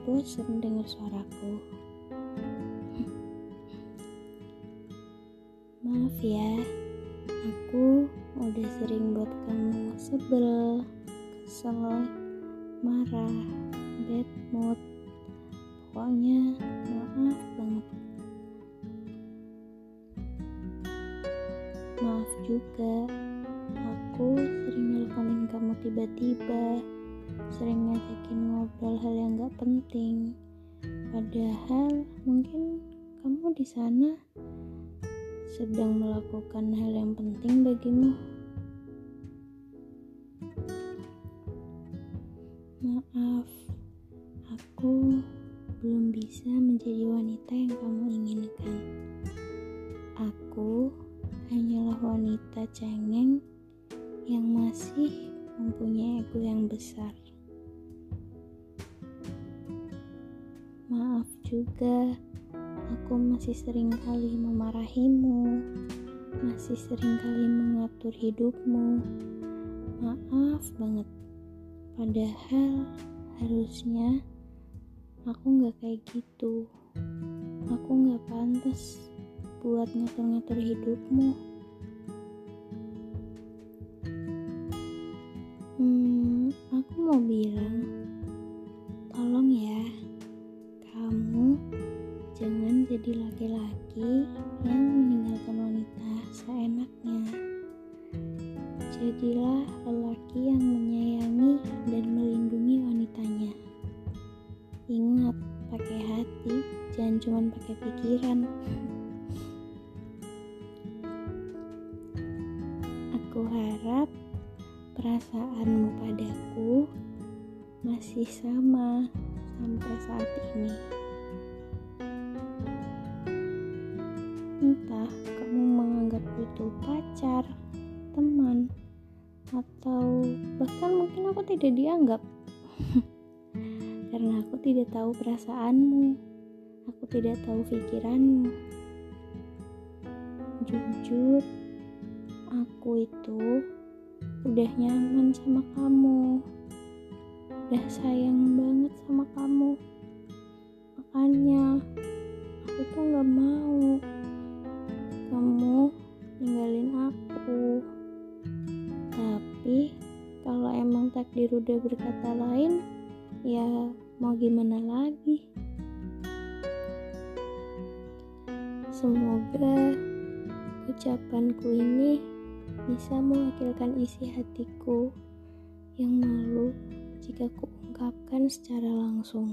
bosan dengar suaraku. Maaf ya, aku udah sering buat kamu sebel, kesel, marah, bad mood. Pokoknya maaf banget. Maaf juga, aku sering nelponin kamu tiba-tiba, sering ngajakin ngobrol hal yang gak penting. Padahal mungkin kamu di sana sedang melakukan hal yang penting bagimu. Maaf, aku belum bisa menjadi wanita yang kamu inginkan. Aku hanyalah wanita cengeng yang masih mempunyai ego yang besar. Maaf juga, aku masih sering kali memarahimu, masih sering kali mengatur hidupmu. Maaf banget, padahal harusnya aku gak kayak gitu. Aku gak pantas buat ngatur-ngatur hidupmu. Aku mau bilang, tolong ya, kamu jangan jadi laki-laki yang meninggalkan wanita seenaknya. Jadilah lelaki yang menyayangi dan melindungi wanitanya. Ingat, pakai hati, jangan cuma pakai pikiran. Aku harap perasaanmu padaku masih sama sampai saat ini. Entah kamu menganggapku itu pacar, teman, atau bahkan mungkin aku tidak dianggap. Karena aku tidak tahu perasaanmu, aku tidak tahu pikiranmu. Jujur, aku itu udah nyaman sama kamu, udah sayang banget sama kamu. Makanya aku tuh gak mau kamu ninggalin aku. Tapi kalau emang takdir udah berkata lain, ya mau gimana lagi. Semoga ucapanku ini bisa mewakilkan isi hatiku yang malu jika kuungkapkan secara langsung.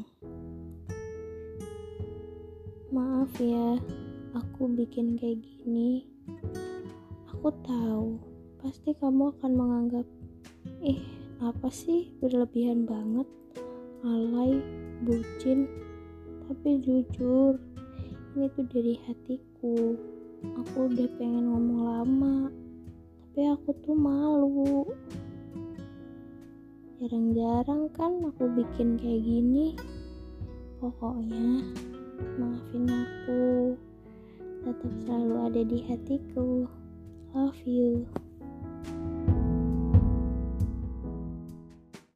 Maaf ya, aku bikin kayak gini. Aku tahu pasti kamu akan menganggap, apa sih, berlebihan banget, alay, bucin. Tapi jujur, ini tuh dari hatiku. Aku udah pengen ngomong lama, tapi aku tuh malu. Jarang-jarang kan aku bikin kayak gini. Pokoknya maafin aku, tetap selalu ada di hatiku. Love you.